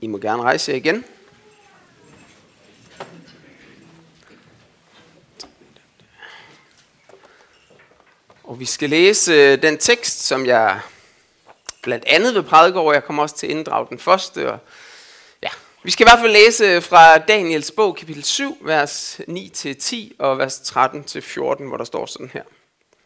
I må gerne rejse jer igen. Og vi skal læse den tekst, som jeg blandt andet vil prædike over. Jeg kommer også til at inddrage den første. Og vi skal i hvert fald læse fra Daniels bog, kapitel 7, vers 9-10 og vers 13-14, hvor der står sådan her.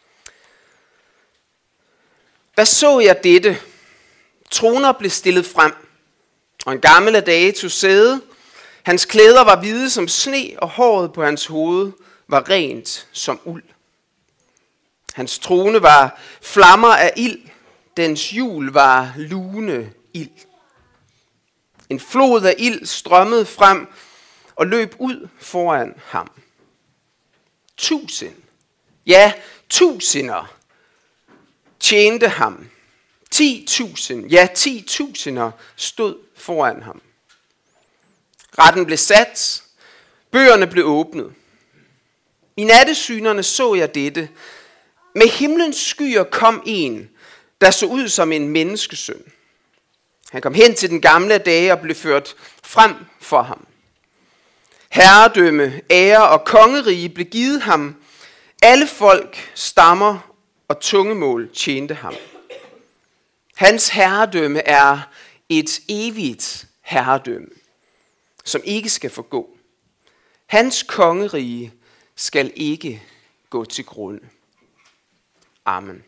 Da så jeg dette? Troner blev stillet frem, og en gammel af dage tog sæde. Hans klæder var hvide som sne, og håret på hans hoved var rent som uld. Hans trone var flammer af ild, dens hjul var lune ild. En flod af ild strømmede frem og løb ud foran ham. 1000, ja 1000'er tjente ham. 10.000, ja 10.000'er stod foran ham. Retten blev sat, bøgerne blev åbnet. I nattesynerne så jeg dette. Med himlens skyer kom en, der så ud som en menneskesøn. Han kom hen til den gamle af dage og blev ført frem for ham. Herredømme, ære og kongerige blev givet ham. Alle folk, stammer og tungemål tjente ham. Hans herredømme er et evigt herredømme, som ikke skal forgå. Hans kongerige skal ikke gå til grunde. Amen.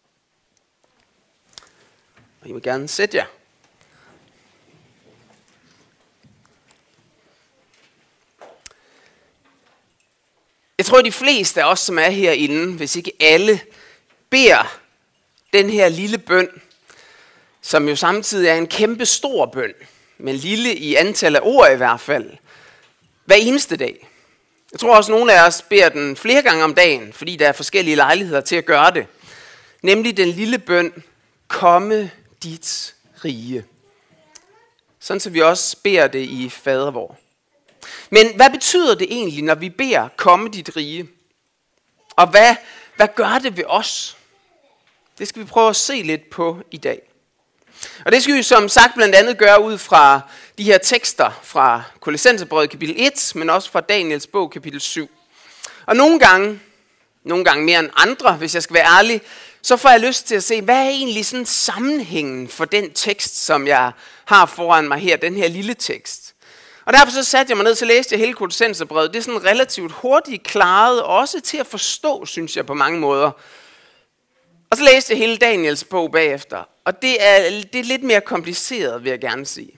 Og I må gerne sætte jer. Jeg tror, de fleste af os, som er herinde, hvis ikke alle, beder den her lille bøn, som jo samtidig er en kæmpe stor bøn, men lille i antal af ord i hvert fald, hver eneste dag. Jeg tror også, at nogle af os beder den flere gange om dagen, fordi der er forskellige lejligheder til at gøre det. Nemlig den lille bøn, komme dit rige. Sådan så vi også beder det i Fader vor. Men hvad betyder det egentlig, når vi beder, komme dit rige? Og hvad gør det ved os? Det skal vi prøve at se lidt på i dag. Og det skal vi som sagt blandt andet gøre ud fra de her tekster fra Kolossenserbrevet kapitel 1, men også fra Daniels bog kapitel 7. Og nogle gange mere end andre, hvis jeg skal være ærlig, så får jeg lyst til at se, hvad er egentlig sådan sammenhængen for den tekst, som jeg har foran mig her, den her lille tekst. Og derfor så satte jeg mig ned til at læse hele Kolossenserbrevet. Det er sådan relativt hurtigt klaret, også til at forstå, synes jeg på mange måder. Og så læste jeg hele Daniels bog bagefter. Og det er lidt mere kompliceret, vil jeg gerne sige.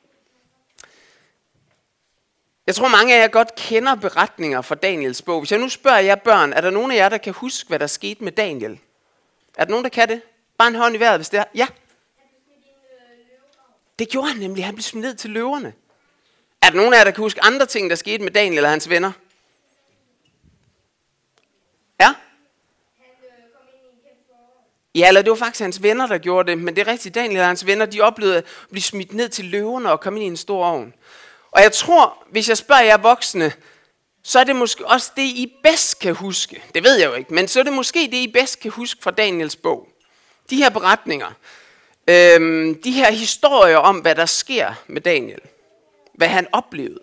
Jeg tror, mange af jer godt kender beretninger fra Daniels bog. Hvis jeg nu spørger jer børn, er der nogen af jer, der kan huske, hvad der skete med Daniel? Er der nogen, der kan det? Bare en hånd i vejret, hvis det er. Ja. Det gjorde han nemlig. Han blev smidt ned til løverne. Er der nogen af jer, der kan huske andre ting, der skete med Daniel og hans venner? Ja? Ja, eller det var faktisk hans venner, der gjorde det. Men det er rigtigt, Daniel og hans venner, de oplevede at blive smidt ned til løverne og komme ind i en stor ovn. Og jeg tror, hvis jeg spørger jer voksne, så er det måske også det, I bedst kan huske. Det ved jeg jo ikke, men så er det måske det, I bedst kan huske fra Daniels bog. De her beretninger, de her historier om, hvad der sker med Daniel. Hvad han oplevede.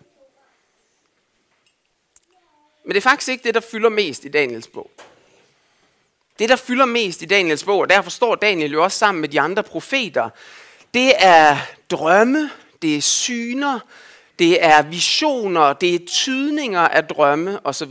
Men det er faktisk ikke det, der fylder mest i Daniels bog. Det, der fylder mest i Daniels bog, og derfor står Daniel jo også sammen med de andre profeter, det er drømme, det er syner, det er visioner, det er tydninger af drømme osv.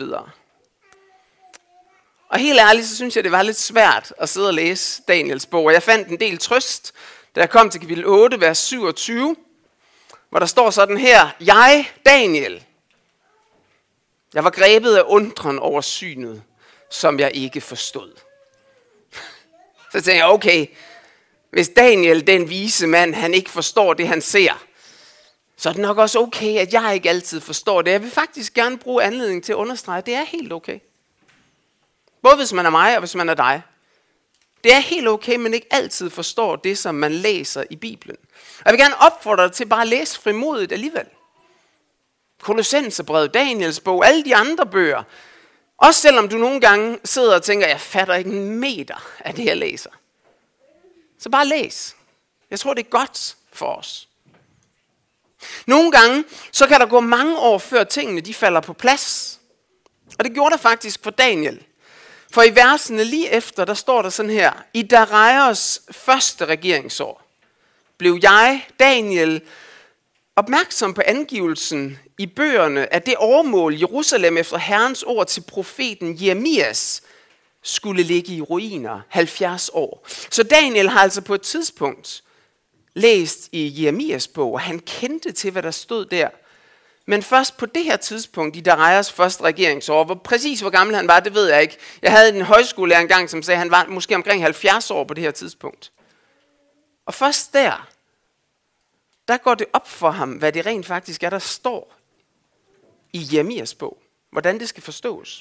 Og helt ærligt, så synes jeg, det var lidt svært at sidde og læse Daniels bog. Og jeg fandt en del trøst, da jeg kom til kapitel 8, vers 27, hvor der står sådan her, jeg, Daniel, jeg var grebet af undren over synet, som jeg ikke forstod. Så tænkte jeg, okay, hvis Daniel, den vise mand, han ikke forstår det, han ser, så er det nok også okay, at jeg ikke altid forstår det. Jeg vil faktisk gerne bruge anledning til at understrege, at det er helt okay. Både hvis man er mig, og hvis man er dig. Det er helt okay, men ikke altid forstår det, som man læser i Bibelen. Og jeg vil gerne opfordre dig til bare at læse frimodigt alligevel. Kolossenserbrevet, Daniels bog, alle de andre bøger. Også selvom du nogle gange sidder og tænker, jeg fatter ikke en meter af det, jeg læser. Så bare læs. Jeg tror, det er godt for os. Nogle gange, så kan der gå mange år før tingene de falder på plads. Og det gjorde der faktisk for Daniel. For i versene lige efter, der står der sådan her: I Darius første regeringsår blev jeg, Daniel, opmærksom på angivelsen i bøgerne af det åremål Jerusalem efter Herrens ord til profeten Jeremias skulle ligge i ruiner 70 år. Så Daniel har altså på et tidspunkt læst i Jeremias bog, og han kendte til, hvad der stod der. Men først på det her tidspunkt i Darius første regeringsår, hvor gammel han var, det ved jeg ikke. Jeg havde en højskolelærer engang, som sagde, at han var måske omkring 70 år på det her tidspunkt. Og først der går det op for ham, hvad det rent faktisk er, der står i Jeremias bog. Hvordan det skal forstås.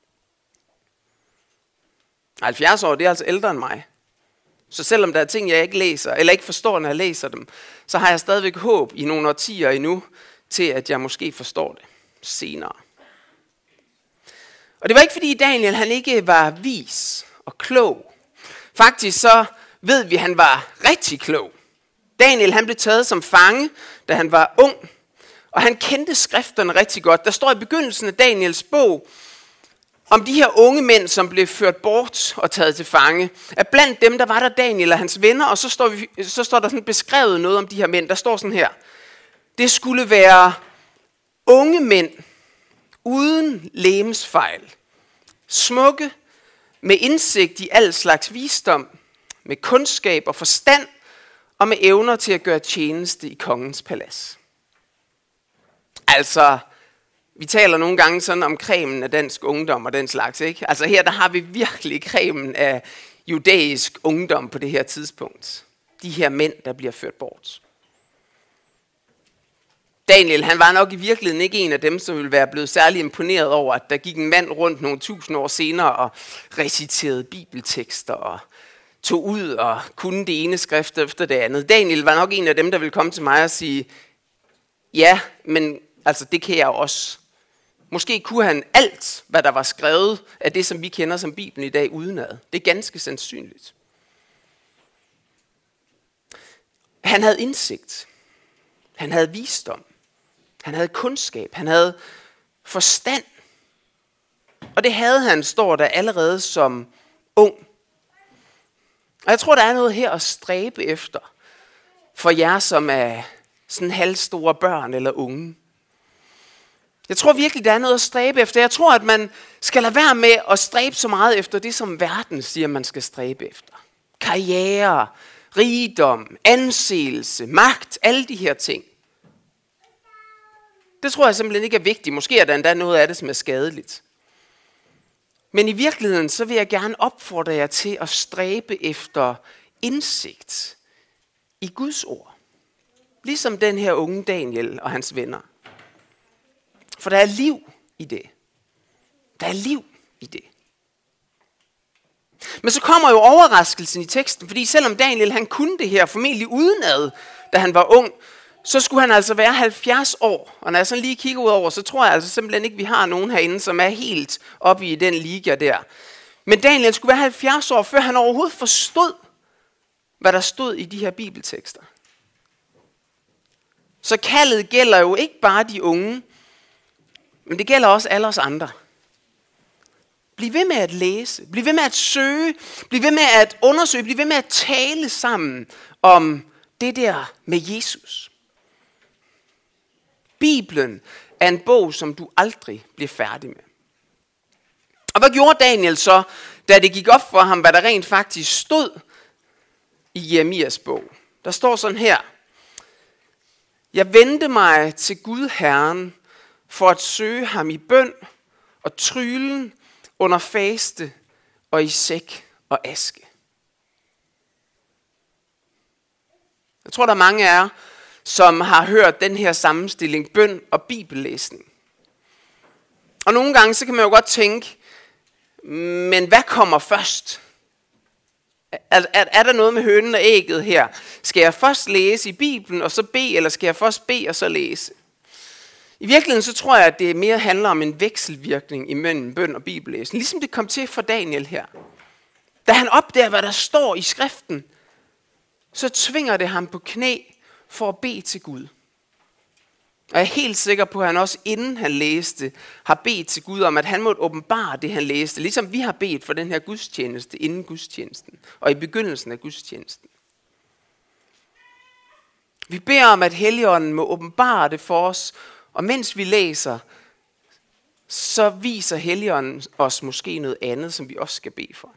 70 år, det er altså ældre end mig. Så selvom der er ting, jeg ikke læser, eller ikke forstår, når jeg læser dem, så har jeg stadigvæk håb i nogle årtier endnu, til at jeg måske forstår det senere. Og det var ikke fordi Daniel han ikke var vis og klog. Faktisk så ved vi, at han var rigtig klog. Daniel han blev taget som fange, da han var ung, og han kendte skrifterne rigtig godt. Der står i begyndelsen af Daniels bog om de her unge mænd, som blev ført bort og taget til fange. At blandt dem, der var der Daniel og hans venner, og så står der sådan beskrevet noget om de her mænd. Der står sådan her: det skulle være unge mænd uden legemsfejl, smukke, med indsigt i al slags visdom, med kundskab og forstand, og med evner til at gøre tjeneste i kongens palads. Altså, vi taler nogle gange sådan om cremen af dansk ungdom og den slags, ikke? Altså her, der har vi virkelig cremen af judæisk ungdom på det her tidspunkt. De her mænd, der bliver ført bort. Daniel, han var nok i virkeligheden ikke en af dem, som ville være blevet særlig imponeret over, at der gik en mand rundt nogle 1000 år senere og reciterede bibeltekster og tog ud og kunne det ene skrift efter det andet. Daniel var nok en af dem, der ville komme til mig og sige, ja, men altså det kan jeg også. Måske kunne han alt, hvad der var skrevet af det, som vi kender som Bibelen i dag, udenad. Det er ganske sandsynligt. Han havde indsigt. Han havde visdom. Han havde kundskab. Han havde forstand. Og det havde han, står der, allerede som ung. Og jeg tror, der er noget her at stræbe efter for jer, som er sådan halvstore børn eller unge. Jeg tror virkelig, der er noget at stræbe efter. Jeg tror, at man skal lade være med at stræbe så meget efter det, som verden siger, man skal stræbe efter. Karriere, rigdom, anseelse, magt, alle de her ting. Det tror jeg simpelthen ikke er vigtigt. Måske er der endda noget af det, som er skadeligt. Men i virkeligheden, så vil jeg gerne opfordre jer til at stræbe efter indsigt i Guds ord. Ligesom den her unge Daniel og hans venner. For der er liv i det. Der er liv i det. Men så kommer jo overraskelsen i teksten, fordi selvom Daniel han kunne det her formentlig udenad, da han var ung, så skulle han altså være 70 år. Og når jeg sådan lige kigger ud over, så tror jeg altså simpelthen ikke, vi har nogen herinde, som er helt oppe i den liga der. Men Daniel skulle være 70 år, før han overhovedet forstod, hvad der stod i de her bibeltekster. Så kaldet gælder jo ikke bare de unge, men det gælder også alle os andre. Bliv ved med at læse, bliv ved med at søge, bliv ved med at undersøge, bliv ved med at tale sammen om det der med Jesus. Bibelen er en bog, som du aldrig bliver færdig med. Og hvad gjorde Daniel så, da det gik op for ham, hvad der rent faktisk stod i Jeremias bog? Der står sådan her: jeg vendte mig til Gud Herren for at søge ham i bøn og trylen under faste og i sæk og aske. Jeg tror, der er mange af jer, som har hørt den her sammenstilling, bøn og bibellæsning. Og nogle gange, så kan man jo godt tænke, men hvad kommer først? Er der noget med hønen og ægget her? Skal jeg først læse i Bibelen og så bede, eller skal jeg først bede og så læse? I virkeligheden så tror jeg, at det mere handler om en vekselvirkning imellem bøn og bibellæsning. Ligesom det kom til for Daniel her. Da han opdager, hvad der står i skriften, så tvinger det ham på knæ for at bede til Gud. Og jeg er helt sikker på, at han også inden han læste, har bedt til Gud om, at han måtte åbenbare det, han læste. Ligesom vi har bedt for den her gudstjeneste inden gudstjenesten og i begyndelsen af gudstjenesten. Vi beder om, at Helligånden må åbenbare det for os, og mens vi læser, så viser Helligånden os måske noget andet, som vi også skal bede for.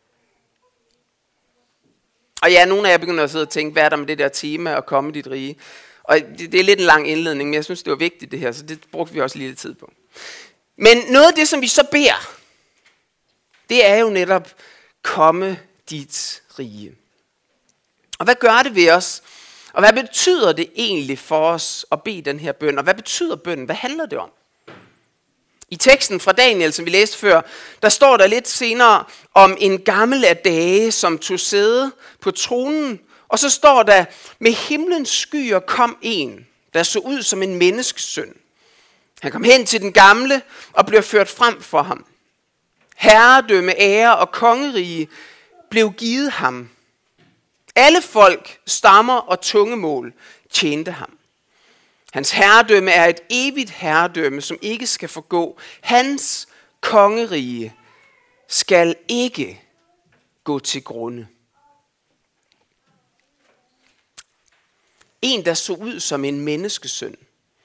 Og ja, nogle af jer begynder at sidde og tænke, hvad er der med det der tema at komme i dit rige? Og det er lidt en lang indledning, men jeg synes, det var vigtigt det her, så det brugte vi også lidt tid på. Men noget af det, som vi så beder, det er jo netop, komme dit rige. Og hvad gør det ved os? Og hvad betyder det egentlig for os at bede den her bøn? Og hvad betyder bønnen? Hvad handler det om? I teksten fra Daniel, som vi læste før, der står der lidt senere om en gammel af dage, som tog sæde på tronen. Og så står der, med himlens skyer kom en, der så ud som en menneskesøn. Han kom hen til den gamle og blev ført frem for ham. Herredømme, ære og kongerige blev givet ham. Alle folk, stammer og tungemål tjente ham. Hans herredømme er et evigt herredømme, som ikke skal forgå. Hans kongerige skal ikke gå til grunde. En, der så ud som en menneskesøn.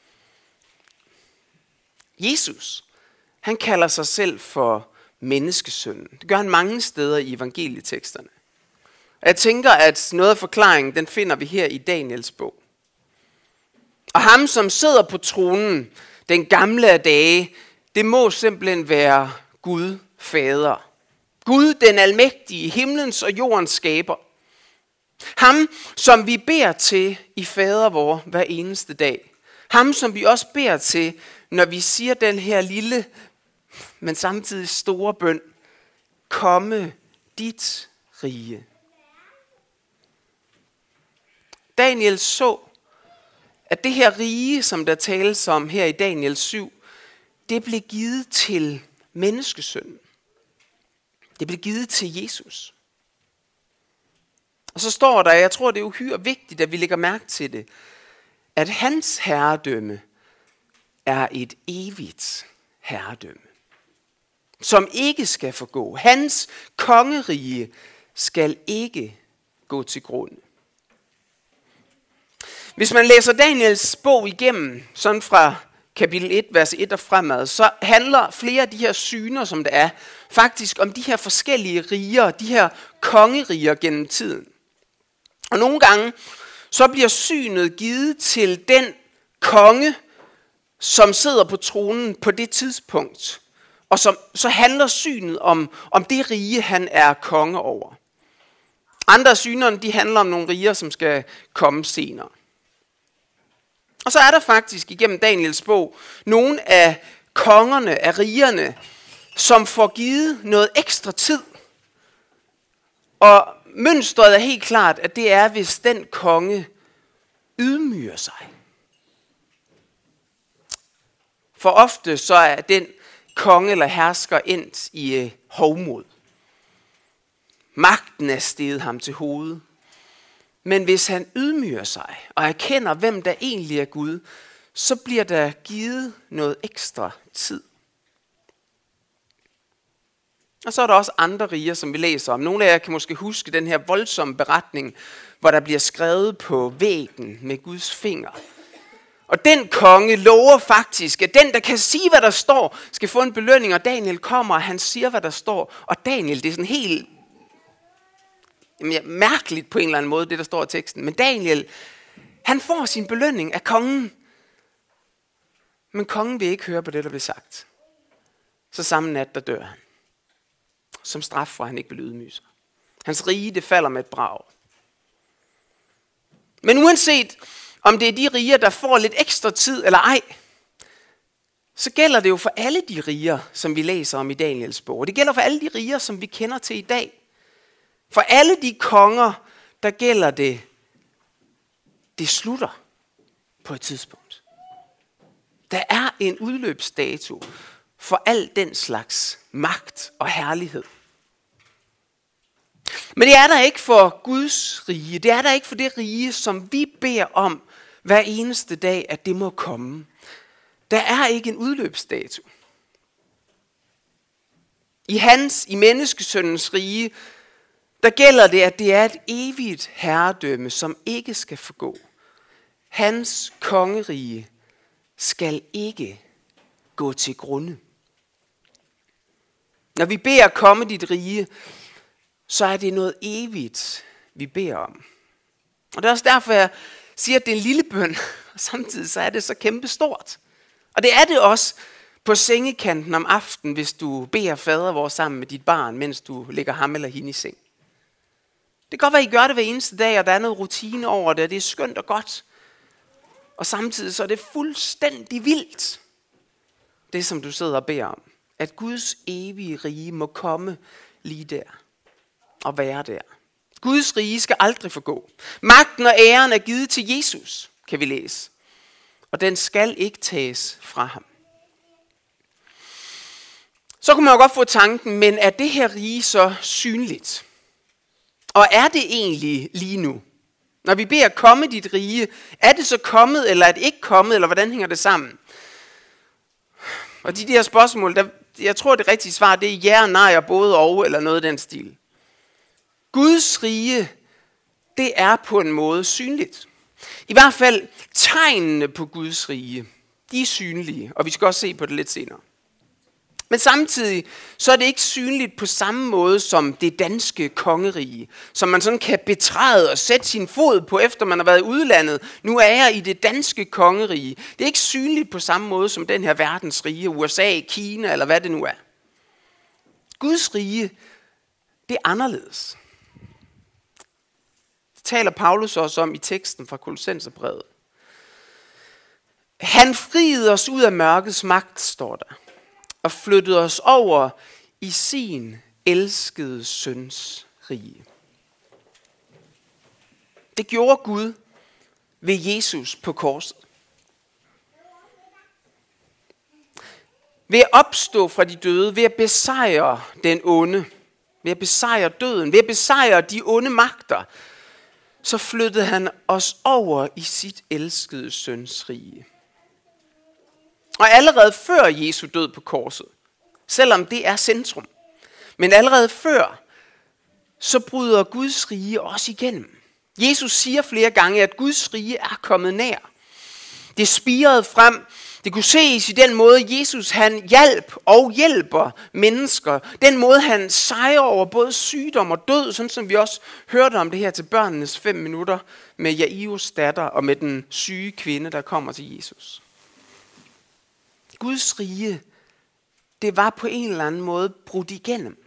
Jesus, han kalder sig selv for menneskesønnen. Det gør han mange steder i evangelieteksterne. Og jeg tænker, at noget af forklaringen, den finder vi her i Daniels bog. Og ham, som sidder på tronen, den gamle af dage, det må simpelthen være Gud Fader. Gud, den almægtige, himlens og jordens skaber. Ham, som vi beder til i Fader vor hver eneste dag. Ham, som vi også beder til, når vi siger den her lille, men samtidig store bøn. Komme dit rige. Daniel så, at det her rige, som der tales om her i Daniel 7, det blev givet til menneskesønnen. Det blev givet til Jesus. Og så står der, jeg tror det er uhyre vigtigt, at vi lægger mærke til det, at hans herredømme er et evigt herredømme, som ikke skal forgå. Hans kongerige skal ikke gå til grunde. Hvis man læser Daniels bog igennem, sådan fra kapitel 1, vers 1 og fremad, så handler flere af de her syner, som der er, faktisk om de her forskellige riger, de her kongeriger gennem tiden. Og nogle gange, så bliver synet givet til den konge, som sidder på tronen på det tidspunkt. Og så handler synet om det rige, han er konge over. Andre synerne, de handler om nogle riger, som skal komme senere. Og så er der faktisk igennem Daniels bog nogle af kongerne, af rigerne, som får givet noget ekstra tid. Og mønstret er helt klart, at det er, hvis den konge ydmyger sig. For ofte så er den konge eller hersker endt i hovmod. Magten er steget ham til hovedet. Men hvis han ydmyger sig og erkender, hvem der egentlig er Gud, så bliver der givet noget ekstra tid. Og så er der også andre riger, som vi læser om. Nogle af jer kan måske huske den her voldsomme beretning, hvor der bliver skrevet på væggen med Guds finger. Og den konge lover faktisk, at den, der kan sige, hvad der står, skal få en belønning. Og Daniel kommer, og han siger, hvad der står. Og Daniel, det er sådan helt mærkeligt på en eller anden måde, det der står i teksten. Men Daniel, han får sin belønning af kongen. Men kongen vil ikke høre på det, der bliver sagt. Så samme nat, der dør han. Som straf for, at han ikke vil ydmyge sig. Hans rige, det falder med et brag. Men uanset om det er de riger, der får lidt ekstra tid eller ej, så gælder det jo for alle de riger, som vi læser om i Daniels bog. Og det gælder for alle de riger, som vi kender til i dag. For alle de konger, der gælder det slutter på et tidspunkt. Der er en udløbsdato for al den slags magt og herlighed. Men det er der ikke for Guds rige. Det er der ikke for det rige, som vi beder om hver eneste dag, at det må komme. Der er ikke en udløbsdato. I menneskesøndens rige, der gælder det, at det er et evigt herredømme, som ikke skal forgå. Hans kongerige skal ikke gå til grunde. Når vi beder komme dit rige, så er det noget evigt, vi beder om. Og det er også derfor, jeg siger, at det er en lille bøn, og samtidig så er det så kæmpestort. Og det er det også på sengekanten om aftenen, hvis du beder fader vor sammen med dit barn, mens du lægger ham eller hende i seng. Det kan godt være, at I gør det hver eneste dag, og der er noget rutine over det, og det er skønt og godt. Og samtidig så er det fuldstændig vildt, det som du sidder og beder om. At Guds evige rige må komme lige der og være der. Guds rige skal aldrig forgå. Magten og æren er givet til Jesus, kan vi læse. Og den skal ikke tages fra ham. Så kunne man jo godt få tanken, men er det her rige så synligt? Og er det egentlig lige nu? Når vi beder komme dit rige, er det så kommet, eller er det ikke kommet, eller hvordan hænger det sammen? Og de her spørgsmål, jeg tror det rigtige svar, det er ja og nej og både og, eller noget af den stil. Guds rige, det er på en måde synligt. I hvert fald tegnene på Guds rige, de er synlige, og vi skal også se på det lidt senere. Men samtidig så er det ikke synligt på samme måde som det danske kongerige, som man sådan kan betræde og sætte sin fod på, efter man har været i udlandet. Nu er jeg i det danske kongerige. Det er ikke synligt på samme måde som den her verdensrige, USA, Kina eller hvad det nu er. Guds rige, det er anderledes. Det taler Paulus også om i teksten fra Kolossenserbrevet. Han friede os ud af mørkets magt, står der, og flyttede os over i sin elskede søns rige. Det gjorde Gud ved Jesus på korset. Ved at opstå fra de døde, ved at besejre den onde, ved at besejre døden, ved at besejre de onde magter, så flyttede han os over i sit elskede søns rige. Og allerede før Jesu død på korset, selvom det er centrum, men allerede før, så bryder Guds rige også igennem. Jesus siger flere gange, at Guds rige er kommet nær. Det spirede frem. Det kunne ses i den måde, Jesus han hjalp og hjælper mennesker. Den måde, han sejrer over både sygdom og død, sådan som vi også hørte om det her til børnenes 5 minutter med Jairus datter og med den syge kvinde, der kommer til Jesus. Guds rige, det var på en eller anden måde brudt igennem.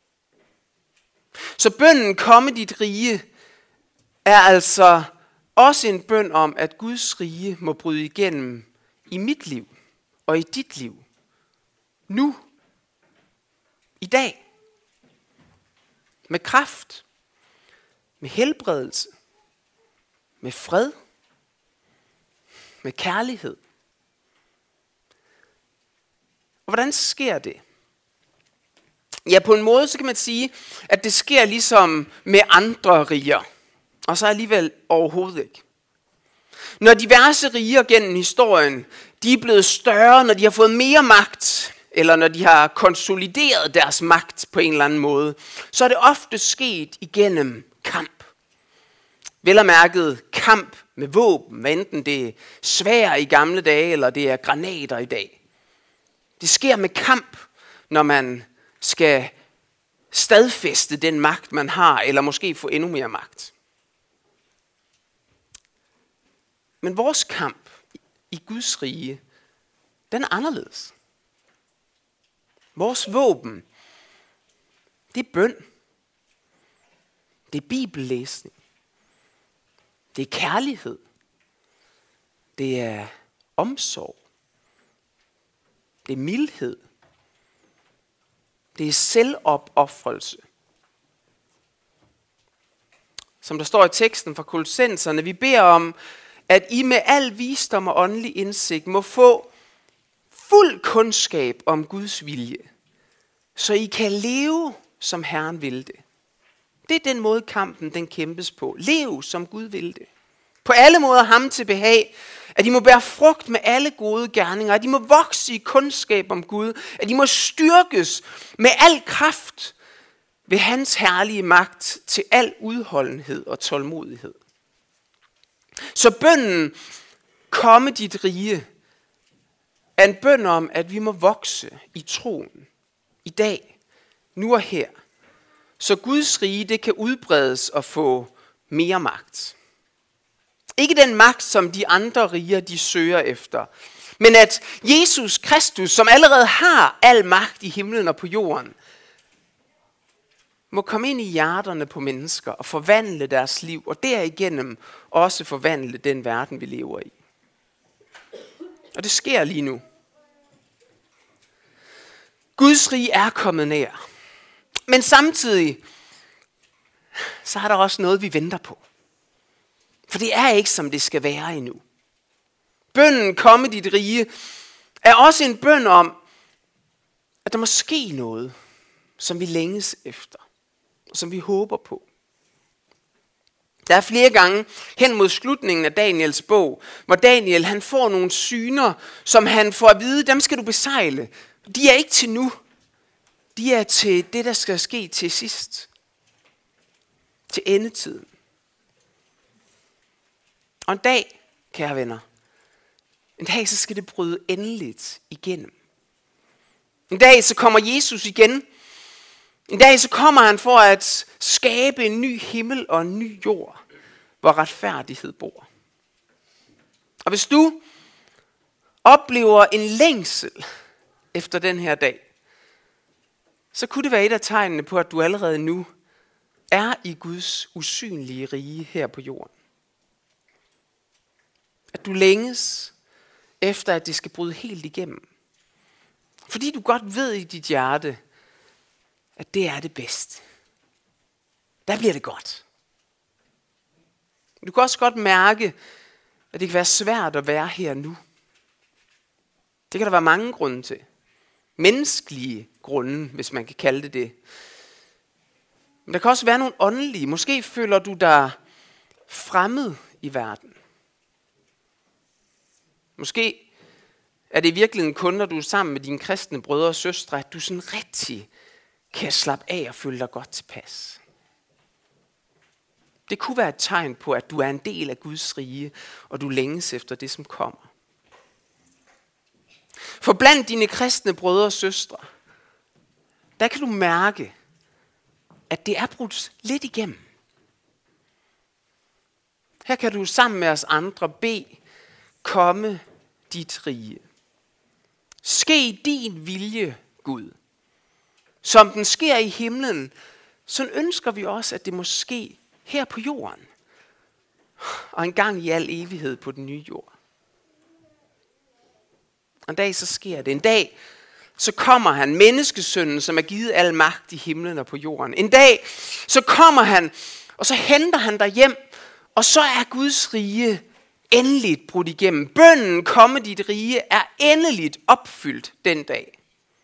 Så bønnen komme dit rige er altså også en bøn om, at Guds rige må bryde igennem i mit liv og i dit liv. Nu. I dag. Med kraft. Med helbredelse. Med fred. Med kærlighed. Og hvordan sker det? Ja, på en måde så kan man sige, at det sker ligesom med andre riger. Og så alligevel overhovedet ikke. Når diverse riger gennem historien, de er blevet større, når de har fået mere magt, eller når de har konsolideret deres magt på en eller anden måde, så er det ofte sket igennem kamp. Vel og mærket kamp med våben, hvad enten det er sværd i gamle dage, eller det er granater i dag. Det sker med kamp, når man skal stadfæste den magt, man har, eller måske få endnu mere magt. Men vores kamp i Guds rige, den er anderledes. Vores våben, det er bøn. Det er bibellæsning. Det er kærlighed. Det er omsorg. Det er mildhed. Det er selvopofrelse. Som der står i teksten fra Kolossenserne, vi beder om, at I med al visdom og åndelig indsigt må få fuld kundskab om Guds vilje, så I kan leve, som Herren vil det. Det er den måde kampen den kæmpes på. Lev, som Gud vil det. På alle måder ham til behag. At de må bære frugt med alle gode gerninger. At de må vokse i kundskab om Gud. At de må styrkes med al kraft ved hans herlige magt til al udholdenhed og tålmodighed. Så bønnen, komme dit rige, er en bøn om, at vi må vokse i troen. I dag, nu og her. Så Guds rige, det kan udbredes og få mere magt. Ikke den magt, som de andre riger, de søger efter. Men at Jesus Kristus, som allerede har al magt i himlen og på jorden, må komme ind i hjerterne på mennesker og forvandle deres liv, og derigennem også forvandle den verden, vi lever i. Og det sker lige nu. Guds rige er kommet nær. Men samtidig, så er der også noget, vi venter på. For det er ikke, som det skal være endnu. Bønnen, komme dit rige, er også en bøn om, at der må ske noget, som vi længes efter, og som vi håber på. Der er flere gange hen mod slutningen af Daniels bog, hvor Daniel han får nogle syner, som han får at vide, dem skal du besejle. De er ikke til nu. De er til det, der skal ske til sidst. Til endetiden. Og en dag, kære venner, en dag så skal det bryde endeligt igennem. En dag så kommer Jesus igen. En dag så kommer han for at skabe en ny himmel og en ny jord, hvor retfærdighed bor. Og hvis du oplever en længsel efter den her dag, så kunne det være et af tegnene på, at du allerede nu er i Guds usynlige rige her på jorden. At du længes efter, at det skal bryde helt igennem. Fordi du godt ved i dit hjerte, at det er det bedste. Der bliver det godt. Du kan også godt mærke, at det kan være svært at være her nu. Det kan der være mange grunde til. Menneskelige grunde, hvis man kan kalde det det. Men der kan også være nogle åndelige. Måske føler du dig fremmed i verden. Måske er det i virkeligheden kun, når du er sammen med dine kristne brødre og søstre, at du sådan rigtig kan slappe af og føle dig godt tilpas. Det kunne være et tegn på, at du er en del af Guds rige, og du længes efter det, som kommer. For blandt dine kristne brødre og søstre, der kan du mærke, at det er brudt lidt igennem. Her kan du sammen med os andre bede, komme dit rige. Ske din vilje, Gud. Som den sker i himlen, så ønsker vi også, at det må ske her på jorden. Og en gang i al evighed på den nye jord. En dag så sker det. En dag så kommer han, menneskesønnen, som er givet al magt i himlen og på jorden. En dag så kommer han, og så henter han dig hjem, og så er Guds rige endeligt brudt igennem. Bønnen, komme dit rige, er endeligt opfyldt den dag.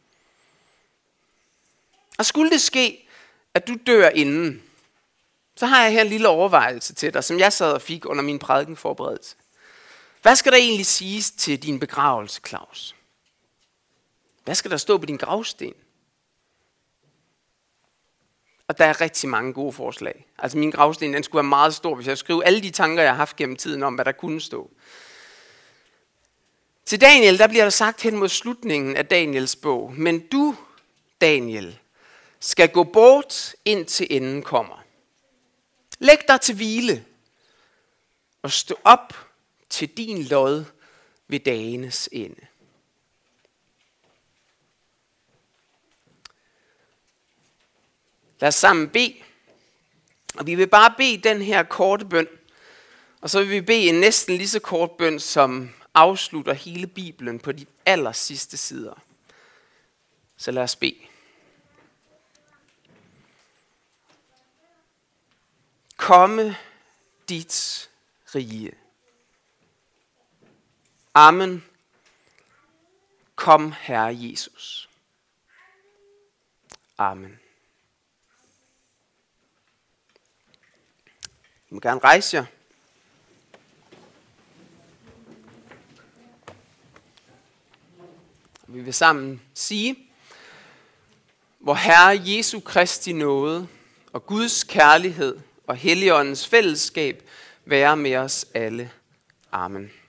Og skulle det ske, at du dør inden, så har jeg her en lille overvejelse til dig, som jeg sad og fik under min prædikenforberedelse. Hvad skal der egentlig siges til din begravelse, Claus? Hvad skal der stå på din gravsten? Og der er rigtig mange gode forslag. Altså min gravsten, den skulle være meget stor, hvis jeg skrev alle de tanker, jeg har haft gennem tiden om, hvad der kunne stå. Til Daniel, der bliver der sagt hen mod slutningen af Daniels bog. Men du, Daniel, skal gå bort, indtil enden kommer. Læg dig til hvile og stå op til din lod ved dagenes ende. Lad os sammen bede. Og vi vil bare bede den her korte bøn. Og så vil vi bede en næsten lige så kort bøn, som afslutter hele Bibelen på de aller sidste sider. Så lad os bede. Komme dit rige. Amen. Kom, Herre Jesus. Amen. I må gerne rejse jer. Vi vil sammen sige: Vor Herre Jesu Kristi nåde og Guds kærlighed og Helligåndens fællesskab være med os alle. Amen.